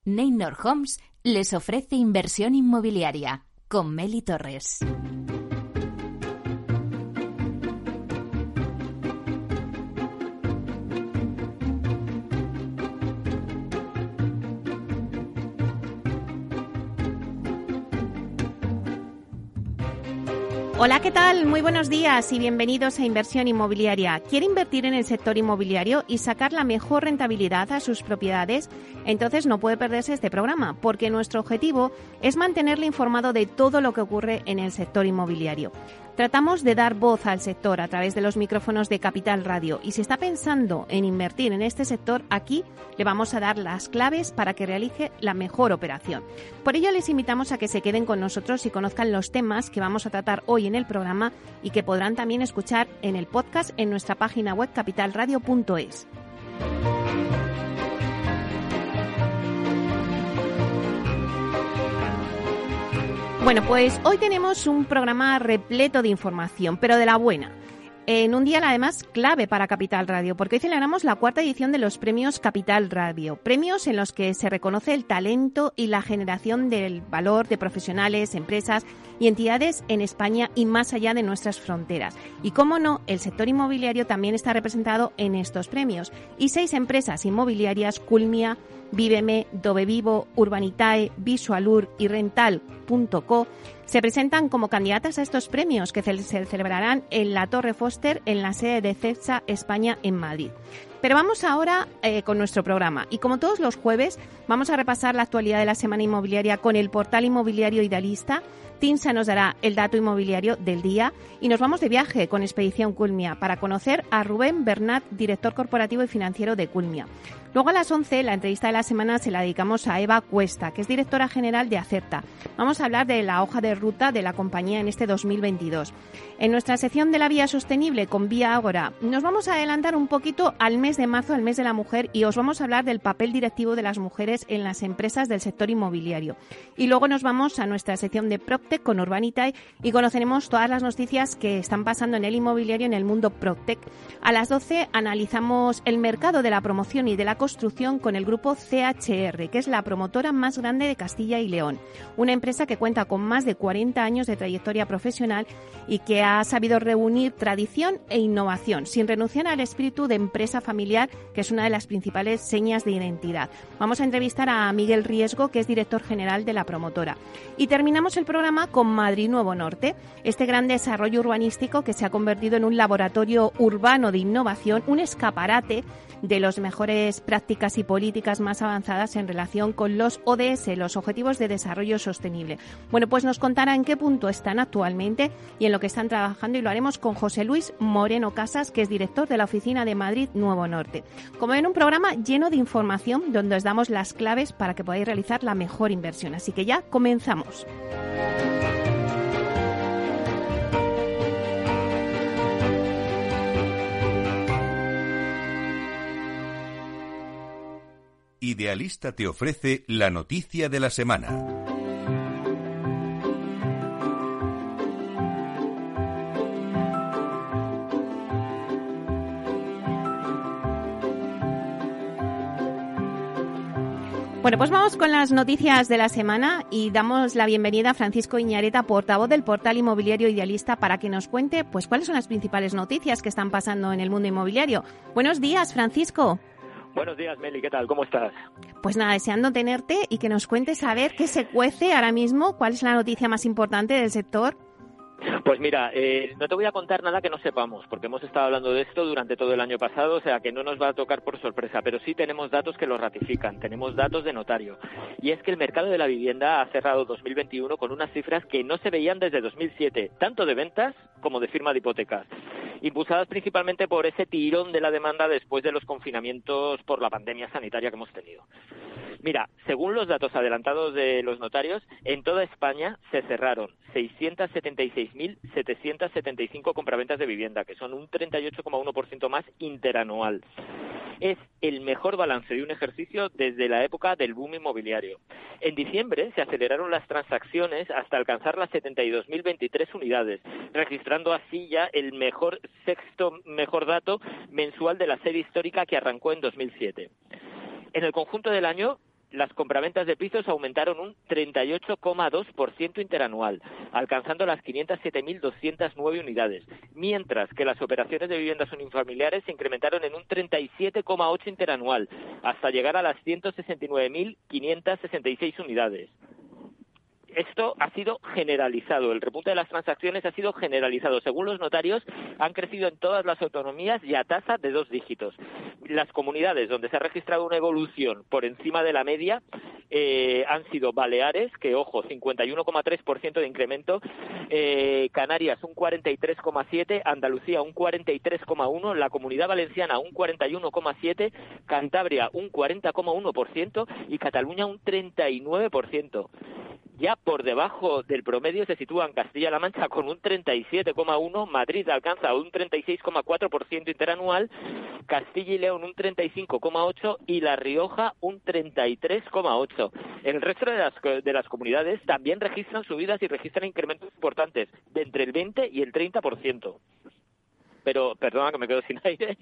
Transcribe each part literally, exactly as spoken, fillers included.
Neynor Homes les ofrece inversión inmobiliaria con Meli Torres. Hola, ¿qué tal? Muy buenos días y bienvenidos a Inversión Inmobiliaria. ¿Quiere invertir en el sector inmobiliario y sacar la mejor rentabilidad a sus propiedades? Entonces no puede perderse este programa, porque nuestro objetivo es mantenerle informado de todo lo que ocurre en el sector inmobiliario. Tratamos de dar voz al sector a través de los micrófonos de Capital Radio y si está pensando en invertir en este sector, aquí le vamos a dar las claves para que realice la mejor operación. Por ello les invitamos a que se queden con nosotros y conozcan los temas que vamos a tratar hoy en el programa y que podrán también escuchar en el podcast en nuestra página web capital radio punto es. Bueno, pues hoy tenemos un programa repleto de información, pero de la buena. En un día, además, clave para Capital Radio, porque hoy celebramos la cuarta edición de los premios Capital Radio. Premios en los que se reconoce el talento y la generación del valor de profesionales, empresas y entidades en España y más allá de nuestras fronteras. Y, cómo no, el sector inmobiliario también está representado en estos premios. Y seis empresas inmobiliarias, Culmia, Viveme, Dovevivo, Urbanitae, Visualur y Rental punto co, se presentan como candidatas a estos premios que se celebrarán en la Torre Foster en la sede de CEPSA España en Madrid. Pero vamos ahora eh, con nuestro programa y como todos los jueves vamos a repasar la actualidad de la semana inmobiliaria con el portal inmobiliario Idealista. Tinsa nos dará el dato inmobiliario del día y nos vamos de viaje con Expedición Culmia para conocer a Rubén Bernat, director corporativo y financiero de Culmia. Luego a las once, la entrevista de la semana se la dedicamos a Eva Cuesta, que es directora general de Acerta. Vamos a hablar de la hoja de ruta de la compañía en este dos mil veintidós. En nuestra sección de la vía sostenible con Vía Ágora, nos vamos a adelantar un poquito al mes de marzo, al mes de la mujer, y os vamos a hablar del papel directivo de las mujeres en las empresas del sector inmobiliario. Y luego nos vamos a nuestra sección de PropTech con Urbanitae y conoceremos todas las noticias que están pasando en el inmobiliario en el mundo PropTech. A las doce analizamos el mercado de la promoción y de la construcción con el grupo C H R, que es la promotora más grande de Castilla y León, una empresa que cuenta con más de cuarenta años de trayectoria profesional y que ha sabido reunir tradición e innovación, sin renunciar al espíritu de empresa familiar, que es una de las principales señas de identidad. Vamos a entrevistar a Miguel Riesgo, que es director general de la promotora. Y terminamos el programa con Madrid Nuevo Norte, este gran desarrollo urbanístico que se ha convertido en un laboratorio urbano de innovación, un escaparate de las mejores prácticas y políticas más avanzadas en relación con los O D S, los Objetivos de Desarrollo Sostenible. Bueno, pues nos contará en qué punto están actualmente y en lo que están trabajando y lo haremos con José Luis Moreno Casas, que es director de la oficina de Madrid Nuevo Norte. Como ven, un programa lleno de información donde os damos las claves para que podáis realizar la mejor inversión. Así que ya comenzamos. Idealista te ofrece la noticia de la semana. Bueno, pues vamos con las noticias de la semana y damos la bienvenida a Francisco Iñareta, portavoz del portal inmobiliario Idealista, para que nos cuente pues cuáles son las principales noticias que están pasando en el mundo inmobiliario. Buenos días, Francisco. Buenos días, Meli, ¿qué tal? ¿Cómo estás? Pues nada, deseando tenerte y que nos cuentes a ver qué se cuece ahora mismo, cuál es la noticia más importante del sector. Pues mira, eh, no te voy a contar nada que no sepamos, porque hemos estado hablando de esto durante todo el año pasado, o sea que no nos va a tocar por sorpresa, pero sí tenemos datos que lo ratifican, tenemos datos de notario. Y es que el mercado de la vivienda ha cerrado dos mil veintiuno con unas cifras que no se veían desde dos mil siete, tanto de ventas como de firma de hipotecas, impulsadas principalmente por ese tirón de la demanda después de los confinamientos por la pandemia sanitaria que hemos tenido. Mira, según los datos adelantados de los notarios, en toda España se cerraron seiscientos setenta y seis mil setecientos setenta y cinco compraventas de vivienda, que son un treinta y ocho coma uno por ciento más interanual. Es el mejor balance de un ejercicio desde la época del boom inmobiliario. En diciembre se aceleraron las transacciones hasta alcanzar las setenta y dos mil veintitrés unidades, registrando así ya el mejor sexto mejor dato mensual de la serie histórica que arrancó en dos mil siete. En el conjunto del año, las compraventas de pisos aumentaron un treinta y ocho coma dos por ciento interanual, alcanzando las quinientas siete mil doscientas nueve unidades, mientras que las operaciones de viviendas unifamiliares se incrementaron en un treinta y siete coma ocho por ciento interanual, hasta llegar a las ciento sesenta y nueve mil quinientas sesenta y seis unidades. Esto ha sido generalizado, el repunte de las transacciones ha sido generalizado. Según los notarios, han crecido en todas las autonomías y a tasa de dos dígitos. Las comunidades donde se ha registrado una evolución por encima de la media eh, han sido Baleares, que, ojo, cincuenta y uno coma tres por ciento de incremento, eh, Canarias un cuarenta y tres coma siete por ciento, Andalucía un cuarenta y tres coma uno por ciento, la Comunidad Valenciana un cuarenta y uno coma siete por ciento, Cantabria un cuarenta coma uno por ciento y Cataluña un treinta y nueve por ciento. Ya por debajo del promedio se sitúan Castilla-La Mancha con un treinta y siete coma uno por ciento, Madrid alcanza un treinta y seis coma cuatro por ciento interanual, Castilla y León un treinta y cinco coma ocho por ciento y La Rioja un treinta y tres coma ocho por ciento. El resto de las, de las comunidades también registran subidas y registran incrementos importantes de entre el veinte y el treinta por ciento. Pero, perdona que me quedo sin aire,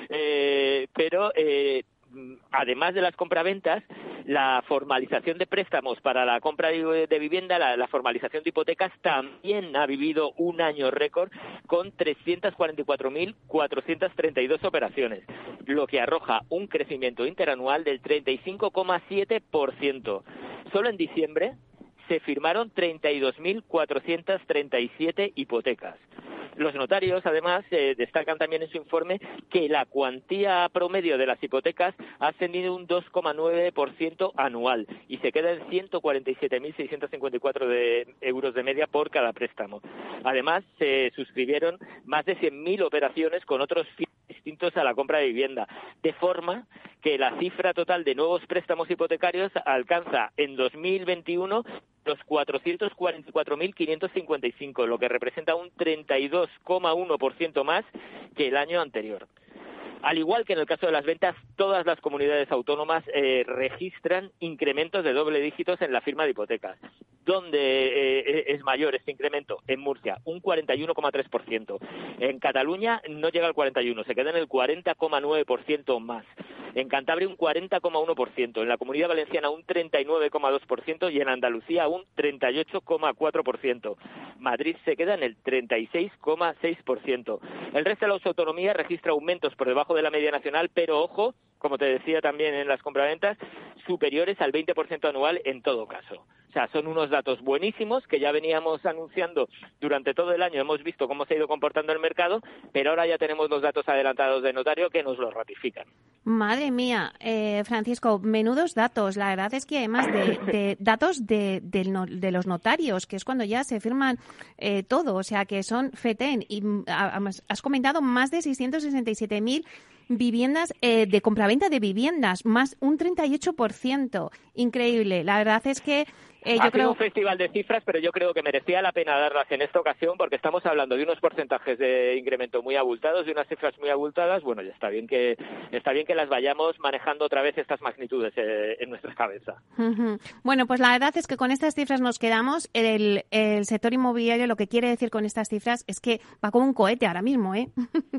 eh, pero... Eh, además de las compraventas, la formalización de préstamos para la compra de vivienda, la, la formalización de hipotecas también ha vivido un año récord con trescientas cuarenta y cuatro mil cuatrocientas treinta y dos operaciones, lo que arroja un crecimiento interanual del treinta y cinco coma siete por ciento. Solo en diciembre se firmaron treinta y dos mil cuatrocientas treinta y siete hipotecas. Los notarios, además, eh, destacan también en su informe que la cuantía promedio de las hipotecas ha ascendido un dos coma nueve por ciento anual y se queda en ciento cuarenta y siete mil seiscientos cincuenta y cuatro de euros de media por cada préstamo. Además, se suscribieron más de cien mil operaciones con otros fines distintos a la compra de vivienda, de forma que la cifra total de nuevos préstamos hipotecarios alcanza en dos mil veintiuno los cuatrocientos cuarenta y cuatro mil quinientos cincuenta y cinco, lo que representa un treinta y dos coma uno por ciento más que el año anterior. Al igual que en el caso de las ventas, todas las comunidades autónomas eh, registran incrementos de doble dígitos en la firma de hipotecas. ¿Dónde eh, es mayor este incremento? En Murcia, un cuarenta y uno coma tres por ciento. En Cataluña no llega al cuarenta y uno, se queda en el cuarenta coma nueve por ciento más. En Cantabria un cuarenta coma uno por ciento, en la Comunidad Valenciana un treinta y nueve coma dos por ciento y en Andalucía un treinta y ocho coma cuatro por ciento. Madrid se queda en el treinta y seis coma seis por ciento. El resto de las autonomías registra aumentos por debajo de la media nacional, pero ojo, como te decía también en las compraventas, superiores al veinte por ciento anual en todo caso. O sea, son unos datos buenísimos que ya veníamos anunciando durante todo el año, hemos visto cómo se ha ido comportando el mercado, pero ahora ya tenemos los datos adelantados de notario que nos los ratifican. Madre mía, eh, Francisco, menudos datos. La verdad es que además de, de datos de, de, de los notarios, que es cuando ya se firman eh, todo, o sea, que son FETEN, y además has comentado más de seiscientos sesenta y siete mil viviendas eh, de compraventa de viviendas, más un treinta y ocho por ciento. Increíble. La verdad es que eh, yo ha creo... sido un festival de cifras, pero yo creo que merecía la pena darlas en esta ocasión porque estamos hablando de unos porcentajes de incremento muy abultados, de unas cifras muy abultadas. Bueno, ya está bien que está bien que las vayamos manejando otra vez estas magnitudes eh, en nuestra cabeza. Uh-huh. Bueno, pues la verdad es que con estas cifras nos quedamos. El, el sector inmobiliario lo que quiere decir con estas cifras es que va como un cohete ahora mismo, ¿eh?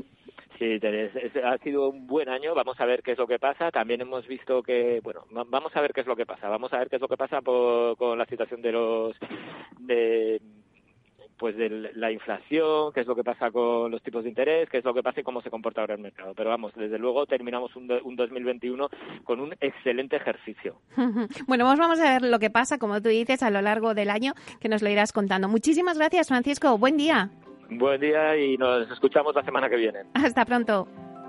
Sí, ha sido un buen año, vamos a ver qué es lo que pasa. También hemos visto que, bueno, vamos a ver qué es lo que pasa. Vamos a ver qué es lo que pasa por, con la situación de los, de, pues de la inflación, qué es lo que pasa con los tipos de interés, qué es lo que pasa y cómo se comporta ahora el mercado. Pero vamos, desde luego terminamos un, un dos mil veintiuno con un excelente ejercicio. Bueno, vamos, vamos a ver lo que pasa, como tú dices, a lo largo del año, que nos lo irás contando. Muchísimas gracias, Francisco. Buen día. Buen día y nos escuchamos la semana que viene. Hasta pronto.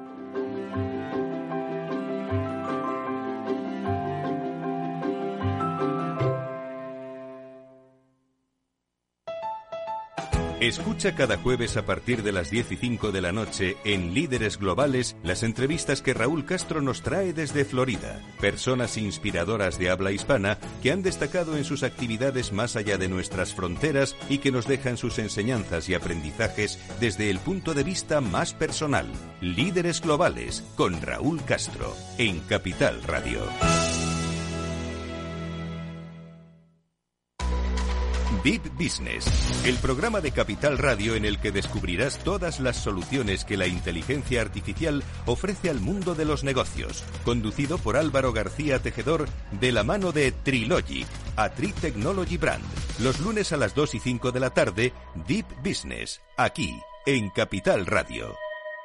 Escucha cada jueves a partir de las diez y cinco de la noche en Líderes Globales las entrevistas que Raúl Castro nos trae desde Florida. Personas inspiradoras de habla hispana que han destacado en sus actividades más allá de nuestras fronteras y que nos dejan sus enseñanzas y aprendizajes desde el punto de vista más personal. Líderes Globales con Raúl Castro en Capital Radio. Deep Business, el programa de Capital Radio en el que descubrirás todas las soluciones que la inteligencia artificial ofrece al mundo de los negocios. Conducido por Álvaro García Tejedor, de la mano de Trilogic, a Tri Technology Brand. Los lunes a las dos y cinco de la tarde, Deep Business, aquí, en Capital Radio.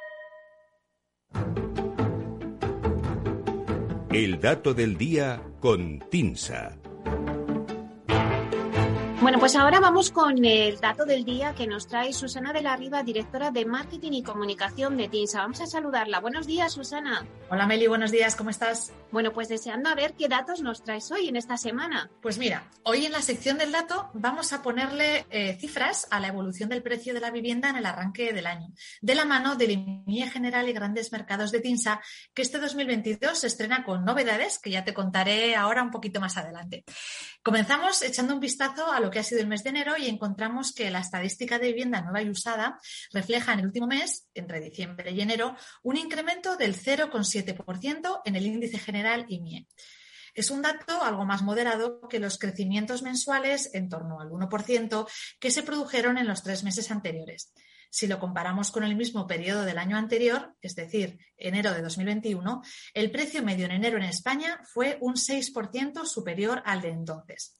El dato del día con TINSA. Bueno, pues ahora vamos con el dato del día que nos trae Susana de la Riva, directora de Marketing y Comunicación de TINSA. Vamos a saludarla. Buenos días, Susana. Hola, Meli, buenos días, ¿cómo estás? Bueno, pues deseando a ver qué datos nos traes hoy en esta semana. Pues mira, hoy en la sección del dato vamos a ponerle eh, cifras a la evolución del precio de la vivienda en el arranque del año, de la mano del I M I E General y Grandes Mercados de TINSA, que este dos mil veintidós se estrena con novedades que ya te contaré ahora un poquito más adelante. Comenzamos echando un vistazo a lo que ha sido el mes de enero y encontramos que la estadística de vivienda nueva y usada refleja en el último mes, entre diciembre y enero, un incremento del cero coma siete por ciento en el índice general I M I E. Es un dato algo más moderado que los crecimientos mensuales en torno al uno por ciento que se produjeron en los tres meses anteriores. Si lo comparamos con el mismo periodo del año anterior, es decir, enero de dos mil veintiuno, el precio medio en enero en España fue un seis por ciento superior al de entonces.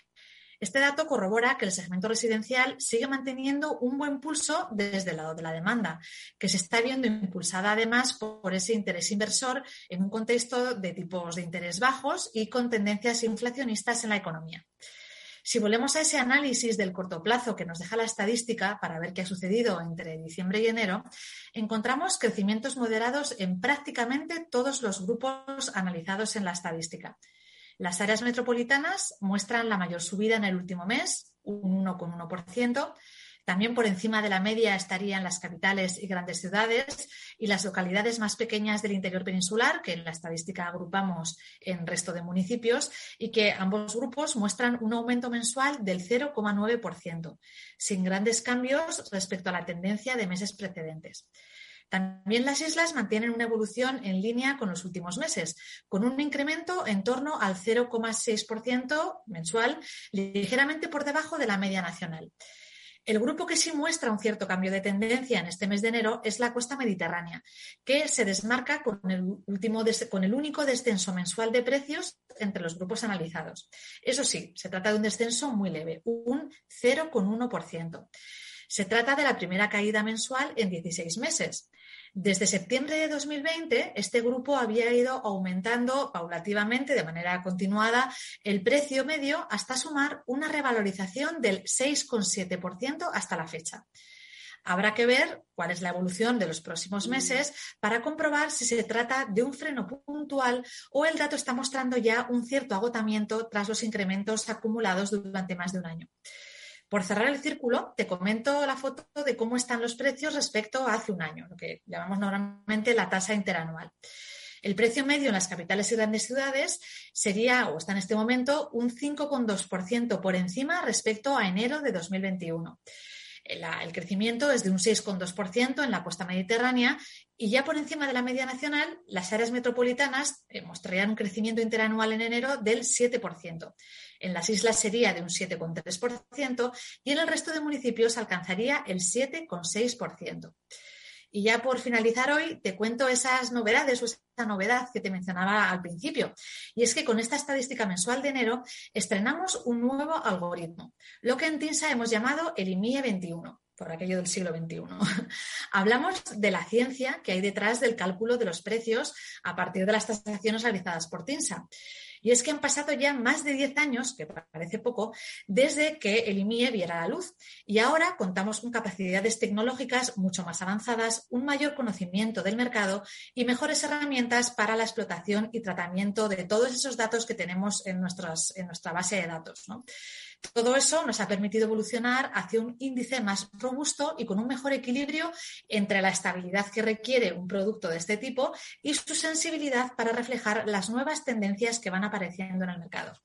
Este dato corrobora que el segmento residencial sigue manteniendo un buen pulso desde el lado de la demanda, que se está viendo impulsada además por ese interés inversor en un contexto de tipos de interés bajos y con tendencias inflacionistas en la economía. Si volvemos a ese análisis del corto plazo que nos deja la estadística para ver qué ha sucedido entre diciembre y enero, encontramos crecimientos moderados en prácticamente todos los grupos analizados en la estadística. Las áreas metropolitanas muestran la mayor subida en el último mes, un uno coma uno por ciento. También por encima de la media estarían las capitales y grandes ciudades y las localidades más pequeñas del interior peninsular, que en la estadística agrupamos en resto de municipios, y que ambos grupos muestran un aumento mensual del cero coma nueve por ciento, sin grandes cambios respecto a la tendencia de meses precedentes. También las islas mantienen una evolución en línea con los últimos meses, con un incremento en torno al cero coma seis por ciento mensual, ligeramente por debajo de la media nacional. El grupo que sí muestra un cierto cambio de tendencia en este mes de enero es la costa mediterránea, que se desmarca con el, último des- con el único descenso mensual de precios entre los grupos analizados. Eso sí, se trata de un descenso muy leve, un cero coma uno por ciento. Se trata de la primera caída mensual en dieciséis meses. Desde septiembre de dos mil veinte, este grupo había ido aumentando paulativamente, de manera continuada, el precio medio hasta sumar una revalorización del seis coma siete por ciento hasta la fecha. Habrá que ver cuál es la evolución de los próximos meses para comprobar si se trata de un freno puntual o el dato está mostrando ya un cierto agotamiento tras los incrementos acumulados durante más de un año. Por cerrar el círculo, te comento la foto de cómo están los precios respecto a hace un año, lo que llamamos normalmente la tasa interanual. El precio medio en las capitales y grandes ciudades sería, o está en este momento, un cinco coma dos por ciento por encima respecto a enero de dos mil veintiuno. La, el crecimiento es de un seis coma dos por ciento en la costa mediterránea y ya por encima de la media nacional, las áreas metropolitanas eh, mostrarían un crecimiento interanual en enero del siete por ciento. En las islas sería de un siete coma tres por ciento y en el resto de municipios alcanzaría el siete coma seis por ciento. Y ya por finalizar hoy te cuento esas novedades o esa novedad que te mencionaba al principio. Y es que con esta estadística mensual de enero estrenamos un nuevo algoritmo, lo que en TINSA hemos llamado el I M I E veintiuno, por aquello del siglo veintiuno. Hablamos de la ciencia que hay detrás del cálculo de los precios a partir de las tasaciones realizadas por TINSA. Y es que han pasado ya más de diez años, que parece poco, desde que el I M I E viera la luz. Y ahora contamos con capacidades tecnológicas mucho más avanzadas, un mayor conocimiento del mercado y mejores herramientas para la explotación y tratamiento de todos esos datos que tenemos en, nuestras, en nuestra base de datos, ¿no? Todo eso nos ha permitido evolucionar hacia un índice más robusto y con un mejor equilibrio entre la estabilidad que requiere un producto de este tipo y su sensibilidad para reflejar las nuevas tendencias que van apareciendo en el mercado.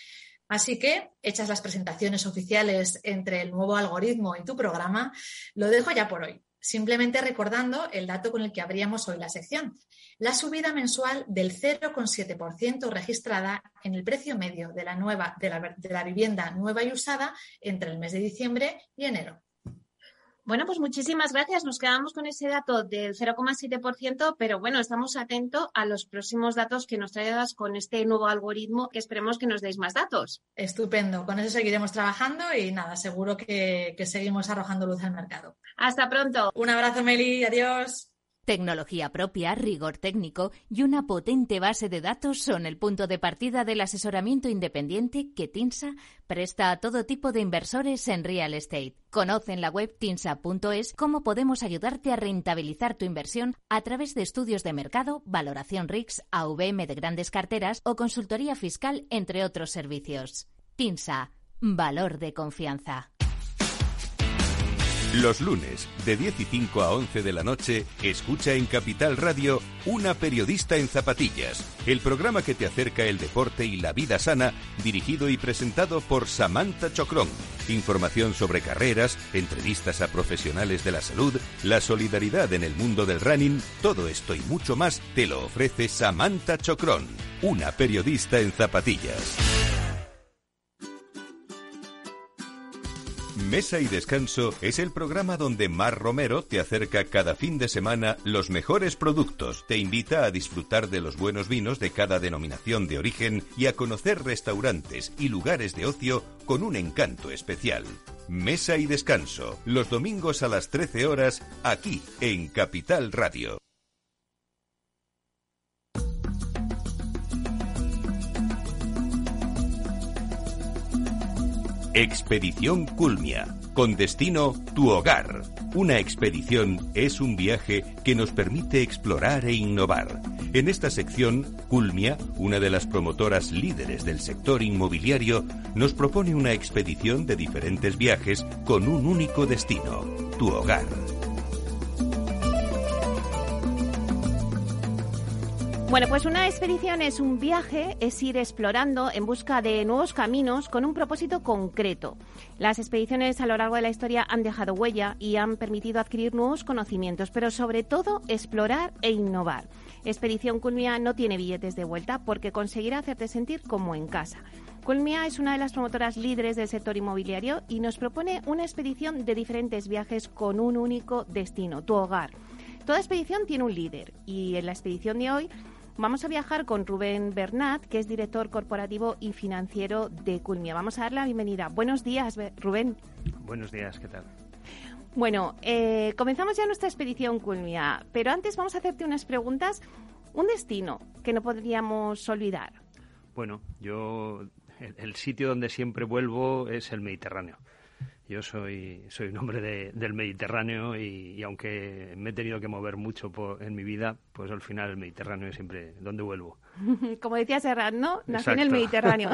Así que, hechas las presentaciones oficiales entre el nuevo algoritmo y tu programa, lo dejo ya por hoy. Simplemente recordando el dato con el que abríamos hoy la sección. La subida mensual del cero coma siete por ciento registrada en el precio medio de la, nueva, de, la, de la vivienda nueva y usada entre el mes de diciembre y enero. Bueno, pues muchísimas gracias. Nos quedamos con ese dato del cero coma siete por ciento, pero bueno, estamos atentos a los próximos datos que nos traigas con este nuevo algoritmo, que esperemos que nos deis más datos. Estupendo, con eso seguiremos trabajando y nada, seguro que, que seguimos arrojando luz al mercado. Hasta pronto. Un abrazo, Meli, adiós. Tecnología propia, rigor técnico y una potente base de datos son el punto de partida del asesoramiento independiente que TINSA presta a todo tipo de inversores en real estate. Conoce en la web tinsa punto es cómo podemos ayudarte a rentabilizar tu inversión a través de estudios de mercado, valoración R I C S, A V M de grandes carteras o consultoría fiscal, entre otros servicios. TINSA, valor de confianza. Los lunes, de diez y cinco a once de la noche, escucha en Capital Radio Una periodista en zapatillas, el programa que te acerca el deporte y la vida sana, dirigido y presentado por Samantha Chocrón. Información sobre carreras, entrevistas a profesionales de la salud, la solidaridad en el mundo del running, todo esto y mucho más te lo ofrece Samantha Chocrón, una periodista en zapatillas. Mesa y Descanso es el programa donde Mar Romero te acerca cada fin de semana los mejores productos, te invita a disfrutar de los buenos vinos de cada denominación de origen y a conocer restaurantes y lugares de ocio con un encanto especial. Mesa y Descanso, los domingos a las trece horas, aquí en Capital Radio. Expedición Culmia, con destino tu hogar. Una expedición es un viaje que nos permite explorar e innovar. En esta sección, Culmia, una de las promotoras líderes del sector inmobiliario, nos propone una expedición de diferentes viajes con un único destino, tu hogar. Bueno, pues una expedición es un viaje, es ir explorando en busca de nuevos caminos con un propósito concreto. Las expediciones a lo largo de la historia han dejado huella y han permitido adquirir nuevos conocimientos, pero sobre todo explorar e innovar. Expedición Culmia no tiene billetes de vuelta porque conseguirá hacerte sentir como en casa. Culmia es una de las promotoras líderes del sector inmobiliario y nos propone una expedición de diferentes viajes con un único destino, tu hogar. Toda expedición tiene un líder y en la expedición de hoy vamos a viajar con Rubén Bernat, que es director corporativo y financiero de Culmia. Vamos a dar la bienvenida. Buenos días, Rubén. Buenos días, ¿qué tal? Bueno, eh, comenzamos ya nuestra expedición Culmia, pero antes vamos a hacerte unas preguntas. Un destino que no podríamos olvidar. Bueno, yo el, el sitio donde siempre vuelvo es el Mediterráneo. Yo soy soy un hombre de, del Mediterráneo y, y aunque me he tenido que mover mucho por, en mi vida, pues al final el Mediterráneo es siempre donde vuelvo. Como decía Serrat, ¿no? Nací Exacto. en el Mediterráneo.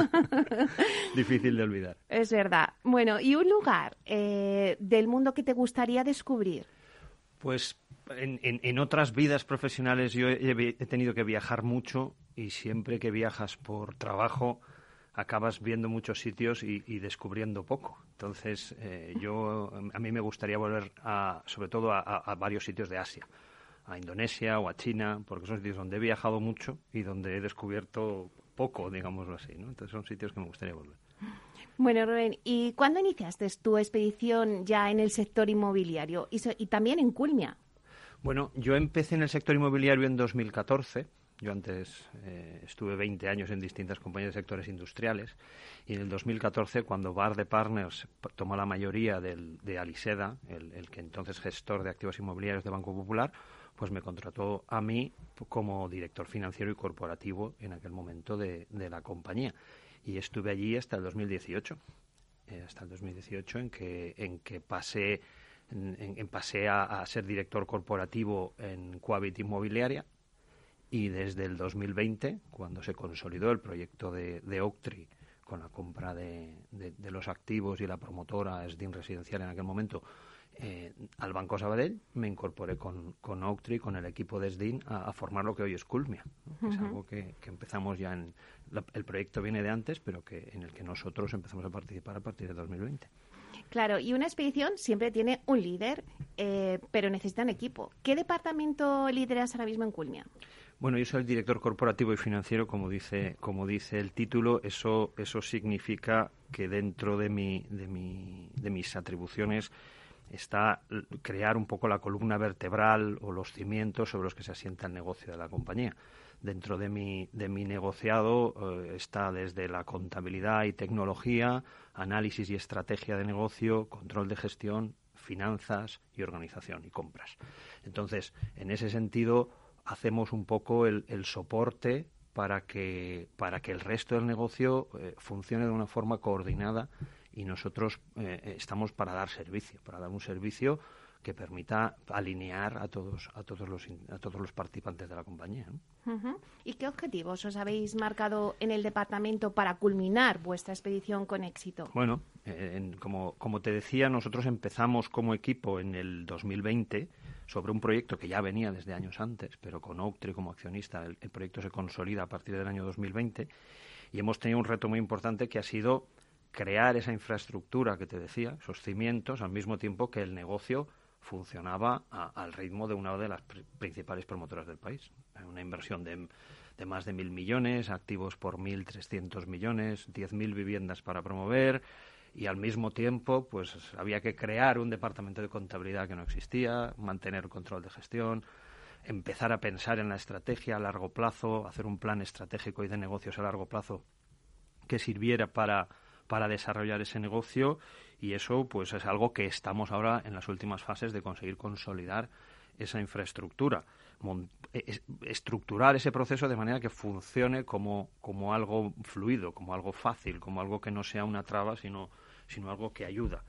Difícil de olvidar. Es verdad. Bueno, ¿y un lugar eh, del mundo que te gustaría descubrir? Pues en, en, en otras vidas profesionales yo he, he tenido que viajar mucho y siempre que viajas por trabajo acabas viendo muchos sitios y, y descubriendo poco. Entonces, eh, yo a mí me gustaría volver, a, sobre todo, a, a varios sitios de Asia, a Indonesia o a China, porque son sitios donde he viajado mucho y donde he descubierto poco, digámoslo así, ¿no? Entonces, son sitios que me gustaría volver. Bueno, Rubén, ¿y cuándo iniciaste tu expedición ya en el sector inmobiliario y, so, y también en Culmia? Bueno, yo empecé en el sector inmobiliario en dos mil catorce. Yo antes eh, estuve veinte años en distintas compañías de sectores industriales y en el dos mil catorce, cuando Barde Partners tomó la mayoría del, de Aliseda, el, el que entonces gestor de activos inmobiliarios de Banco Popular, pues me contrató a mí como director financiero y corporativo en aquel momento de, de la compañía. Y estuve allí hasta el dos mil dieciocho, eh, hasta el dos mil dieciocho en que, en que pasé, en, en pasé a, a ser director corporativo en Coavit Inmobiliaria. Y desde el dos mil veinte, cuando se consolidó el proyecto de, de Oaktree con la compra de, de, de los activos y la promotora Sdin Residencial en aquel momento eh, al Banco Sabadell, me incorporé con, con Oaktree, con el equipo de Sdin, a, a formar lo que hoy es Culmia, ¿no? Que uh-huh. Es algo que, que empezamos ya en... La, el proyecto viene de antes, pero que en el que nosotros empezamos a participar a partir de dos mil veinte. Claro, y una expedición siempre tiene un líder, eh, pero necesitan equipo. ¿Qué departamento lideras ahora mismo en Culmia? Bueno, yo soy el director corporativo y financiero, como dice, como dice el título. Eso, eso significa que dentro de mi, de mi, de mis atribuciones está crear un poco la columna vertebral o los cimientos sobre los que se asienta el negocio de la compañía. Dentro de mi, de mi negociado eh, está desde la contabilidad y tecnología, análisis y estrategia de negocio, control de gestión, finanzas y organización y compras. Entonces, en ese sentido, hacemos un poco el, el soporte para que, para que el resto del negocio eh, funcione de una forma coordinada, y nosotros eh, estamos para dar servicio, para dar un servicio que permita alinear a todos a todos los a todos los participantes de la compañía, ¿no? Uh-huh. ¿Y qué objetivos os habéis marcado en el departamento para culminar vuestra expedición con éxito? Bueno, eh, en, como, como te decía, nosotros empezamos como equipo en el dos mil veinte sobre un proyecto que ya venía desde años antes, pero con Oaktree como accionista. El, el proyecto se consolida a partir del año dos mil veinte y hemos tenido un reto muy importante que ha sido crear esa infraestructura que te decía, esos cimientos, al mismo tiempo que el negocio funcionaba a, al ritmo de una de las pr- principales promotoras del país. Una inversión de, de más de mil millones, activos por mil trescientos millones, diez mil viviendas para promover, y al mismo tiempo pues había que crear un departamento de contabilidad que no existía, mantener control de gestión, empezar a pensar en la estrategia a largo plazo, hacer un plan estratégico y de negocios a largo plazo que sirviera para para desarrollar ese negocio, y eso pues es algo que estamos ahora en las últimas fases de conseguir consolidar esa infraestructura, mon- es- estructurar ese proceso de manera que funcione como, como algo fluido, como algo fácil, como algo que no sea una traba, sino, sino algo que ayuda.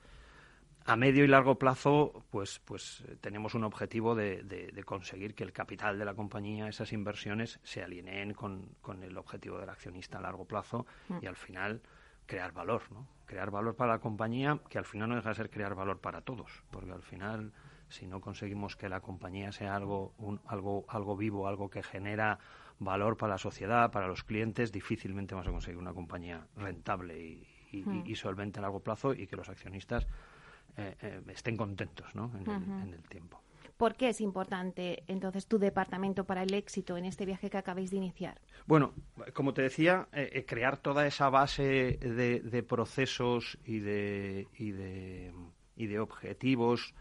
A medio y largo plazo, pues, pues tenemos un objetivo de, de, de conseguir que el capital de la compañía, esas inversiones, se alineen con, con el objetivo del accionista a largo plazo mm. y al final crear valor, ¿no? Crear valor para la compañía, que al final no deja de ser crear valor para todos, porque al final, si no conseguimos que la compañía sea algo, un, algo, algo vivo, algo que genera valor para la sociedad, para los clientes, difícilmente vamos a conseguir una compañía rentable y, y, mm. y, y solvente a largo plazo, y que los accionistas eh, eh, estén contentos, ¿no? en, uh-huh. el, en el tiempo. ¿Por qué es importante, entonces, tu departamento para el éxito en este viaje que acabáis de iniciar? Bueno, como te decía, eh, crear toda esa base de, de procesos y de, y de, y de objetivos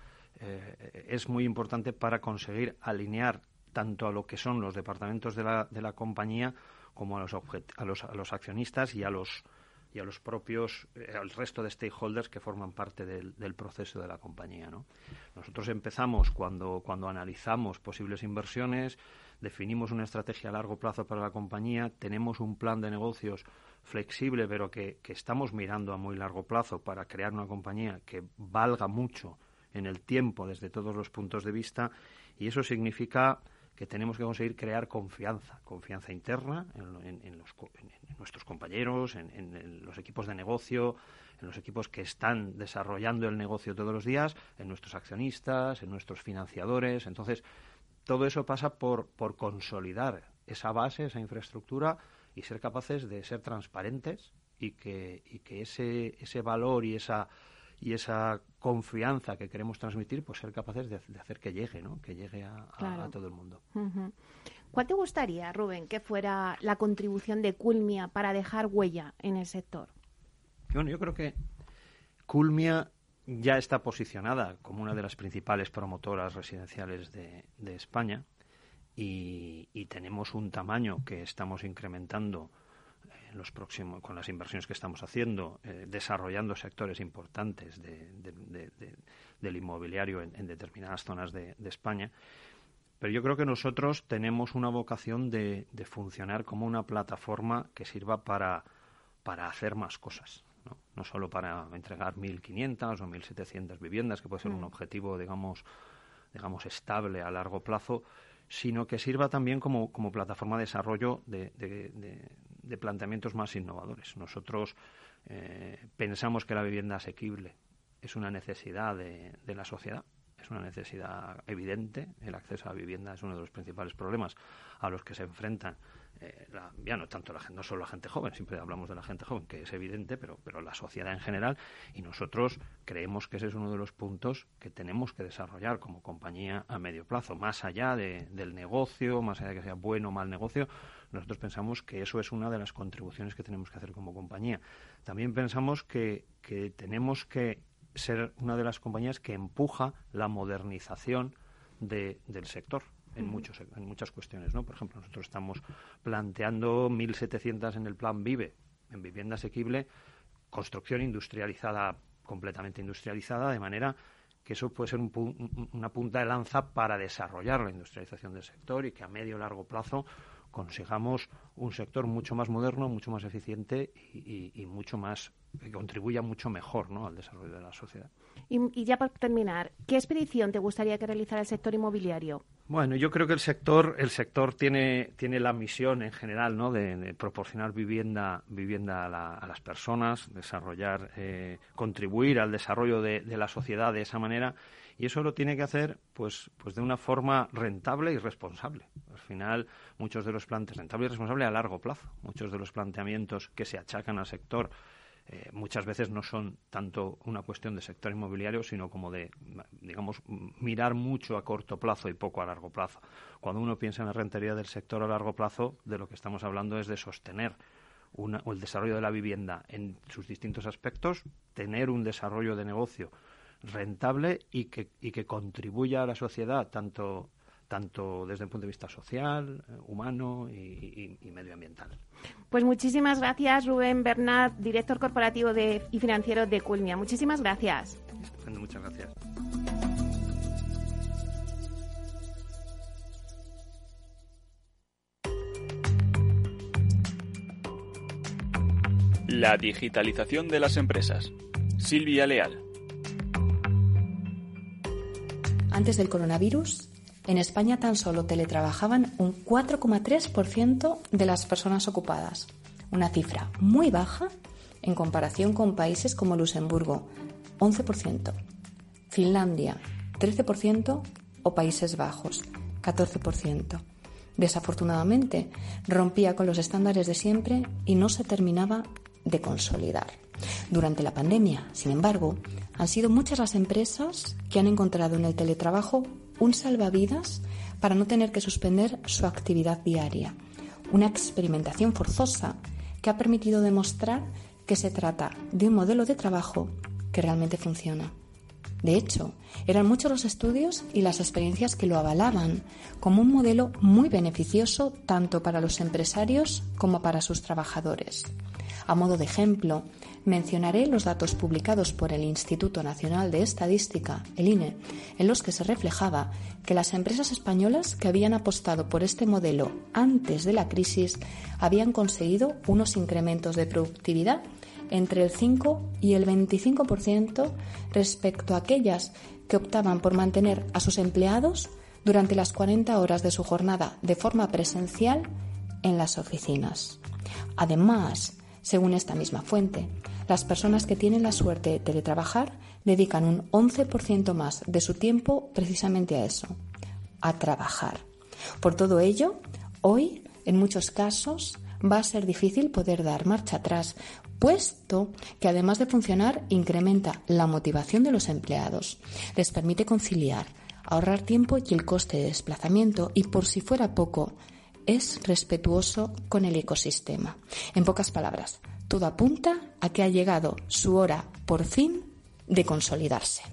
eh, es muy importante para conseguir alinear tanto a lo que son los departamentos de la, de la compañía como a los, objet- a los, a los accionistas y a los y a los propios, eh, al resto de stakeholders que forman parte del, del proceso de la compañía, ¿no? Nosotros empezamos cuando, cuando analizamos posibles inversiones, definimos una estrategia a largo plazo para la compañía, tenemos un plan de negocios flexible, pero que, que estamos mirando a muy largo plazo para crear una compañía que valga mucho en el tiempo desde todos los puntos de vista, y eso significa que tenemos que conseguir crear confianza, confianza interna en, en, en, los, en, en nuestros compañeros, en, en, en los equipos de negocio, en los equipos que están desarrollando el negocio todos los días, en nuestros accionistas, en nuestros financiadores. Entonces, todo eso pasa por, por consolidar esa base, esa infraestructura, y ser capaces de ser transparentes y que, y que ese, ese valor y esa y esa confianza que queremos transmitir, pues ser capaces de, de hacer que llegue, ¿no? Que llegue a, a, claro. a todo el mundo. Uh-huh. ¿Cuál te gustaría, Rubén, que fuera la contribución de Culmia para dejar huella en el sector? Bueno, yo creo que Culmia ya está posicionada como una de las principales promotoras residenciales de, de España, y, y tenemos un tamaño que estamos incrementando en los próximos, con las inversiones que estamos haciendo, eh, desarrollando sectores importantes de, de, de, de, del inmobiliario en, en determinadas zonas de, de España. Pero yo creo que nosotros tenemos una vocación de, de funcionar como una plataforma que sirva para, para hacer más cosas, ¿no? No solo para entregar mil quinientas o mil setecientas viviendas, que puede ser mm. un objetivo, digamos, digamos, estable a largo plazo, sino que sirva también como, como plataforma de desarrollo de, de, de, de planteamientos más innovadores. Nosotros eh, pensamos que la vivienda asequible es una necesidad de, de la sociedad, es una necesidad evidente. El acceso a la vivienda es uno de los principales problemas a los que se enfrentan eh, la, ya no tanto la, no solo la gente joven, siempre hablamos de la gente joven, que es evidente, pero, pero la sociedad en general, y nosotros creemos que ese es uno de los puntos que tenemos que desarrollar como compañía a medio plazo, más allá de, del negocio, más allá de que sea bueno o mal negocio. Nosotros pensamos que eso es una de las contribuciones que tenemos que hacer como compañía. También pensamos que, que tenemos que ser una de las compañías que empuja la modernización de, del sector en, uh-huh. muchos, en muchas cuestiones, ¿no? Por ejemplo, nosotros estamos planteando mil setecientas en el plan Vive, en vivienda asequible, construcción industrializada, completamente industrializada, de manera que eso puede ser un pu- una punta de lanza para desarrollar la industrialización del sector y que a medio y largo plazo consigamos un sector mucho más moderno, mucho más eficiente y, y, y mucho más, que contribuya mucho mejor, ¿no?, al desarrollo de la sociedad. Y, y ya para terminar, ¿qué expedición te gustaría que realizara el sector inmobiliario? Bueno, yo creo que el sector el sector tiene tiene la misión en general, ¿no?, de, de proporcionar vivienda vivienda a, la, a las personas, desarrollar, eh, contribuir al desarrollo de, de la sociedad de esa manera, y eso lo tiene que hacer pues pues de una forma rentable y responsable. Al final, muchos de los planteamientos, rentable y responsable a largo plazo, muchos de los planteamientos que se achacan al sector Eh, muchas veces no son tanto una cuestión de sector inmobiliario, sino como de, digamos, mirar mucho a corto plazo y poco a largo plazo. Cuando uno piensa en la rentabilidad del sector a largo plazo, de lo que estamos hablando es de sostener una, o el desarrollo de la vivienda en sus distintos aspectos, tener un desarrollo de negocio rentable y que, y que contribuya a la sociedad tanto tanto desde el punto de vista social, humano y, y, y medioambiental. Pues muchísimas gracias, Rubén Bernat, director corporativo de, y financiero de Culmia. Muchísimas gracias. Estupendo, muchas gracias. La digitalización de las empresas. Silvia Leal. Antes del coronavirus, en España tan solo teletrabajaban un cuatro coma tres por ciento de las personas ocupadas, una cifra muy baja en comparación con países como Luxemburgo, once por ciento, Finlandia, trece por ciento o Países Bajos, catorce por ciento. Desafortunadamente, rompía con los estándares de siempre y no se terminaba de consolidar. Durante la pandemia, sin embargo, han sido muchas las empresas que han encontrado en el teletrabajo un salvavidas para no tener que suspender su actividad diaria. Una experimentación forzosa que ha permitido demostrar que se trata de un modelo de trabajo que realmente funciona. De hecho, eran muchos los estudios y las experiencias que lo avalaban como un modelo muy beneficioso tanto para los empresarios como para sus trabajadores. A modo de ejemplo, mencionaré los datos publicados por el Instituto Nacional de Estadística, el I N E, en los que se reflejaba que las empresas españolas que habían apostado por este modelo antes de la crisis habían conseguido unos incrementos de productividad entre el cinco y el veinticinco por ciento respecto a aquellas que optaban por mantener a sus empleados durante las cuarenta horas de su jornada de forma presencial en las oficinas. Además, según esta misma fuente, las personas que tienen la suerte de teletrabajar dedican un once por ciento más de su tiempo precisamente a eso, a trabajar. Por todo ello, hoy, en muchos casos, va a ser difícil poder dar marcha atrás, puesto que además de funcionar, incrementa la motivación de los empleados, les permite conciliar, ahorrar tiempo y el coste de desplazamiento y, por si fuera poco, es respetuoso con el ecosistema. En pocas palabras, todo apunta a que ha llegado su hora, por fin, de consolidarse.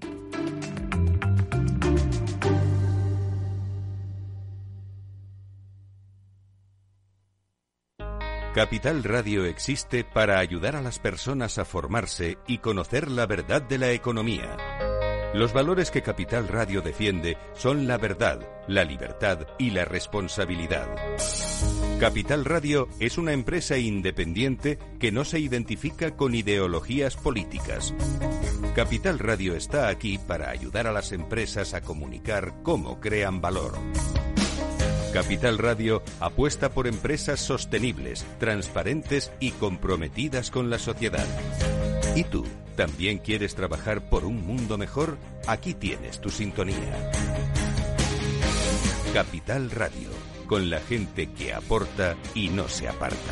Capital Radio existe para ayudar a las personas a formarse y conocer la verdad de la economía. Los valores que Capital Radio defiende son la verdad, la libertad y la responsabilidad. Capital Radio es una empresa independiente que no se identifica con ideologías políticas. Capital Radio está aquí para ayudar a las empresas a comunicar cómo crean valor. Capital Radio apuesta por empresas sostenibles, transparentes y comprometidas con la sociedad. ¿Y tú? ¿También quieres trabajar por un mundo mejor? Aquí tienes tu sintonía. Capital Radio, con la gente que aporta y no se aparta.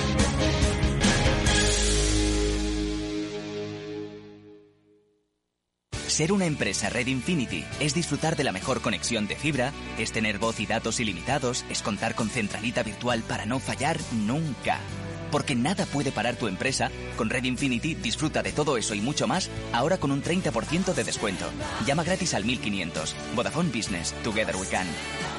Ser una empresa Red Infinity es disfrutar de la mejor conexión de fibra, es tener voz y datos ilimitados, es contar con centralita virtual para no fallar nunca. Porque nada puede parar tu empresa, con Red Infinity disfruta de todo eso y mucho más, ahora con un treinta por ciento de descuento. Llama gratis al mil quinientos. Vodafone Business. Together we can.